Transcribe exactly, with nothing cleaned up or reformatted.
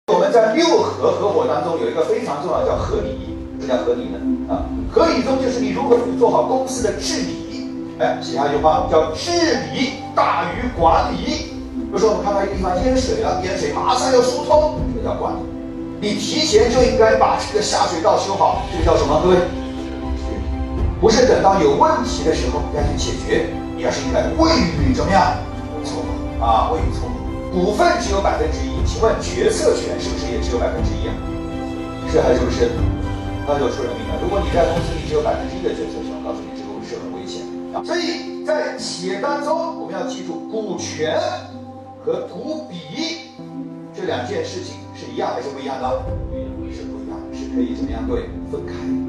我们在六合合伙当中有一个非常重要的叫合理，这叫合理呢啊，合理中就是你如何做好公司的治理。哎，写下一句话叫治理大于管理。比如说我们看到一个地方淹水了，淹水马上要疏通，这个叫管理。你提前就应该把这个下水道修好，这个叫什么？各位，不是等到有问题的时候再去解决，你而是应该未雨怎么样？绸缪啊，未雨绸缪。股份只有百分之一，请问决策权是不是也只有百分之一啊？是还是不是？那就出人命了。如果你在公司里只有百分之一的决策权，我告诉你，这个是很危险啊。所以在企业当中，我们要记住，股权和股比这两件事情是一样还是不一样的？是不一样，是可以怎么样？对，分开。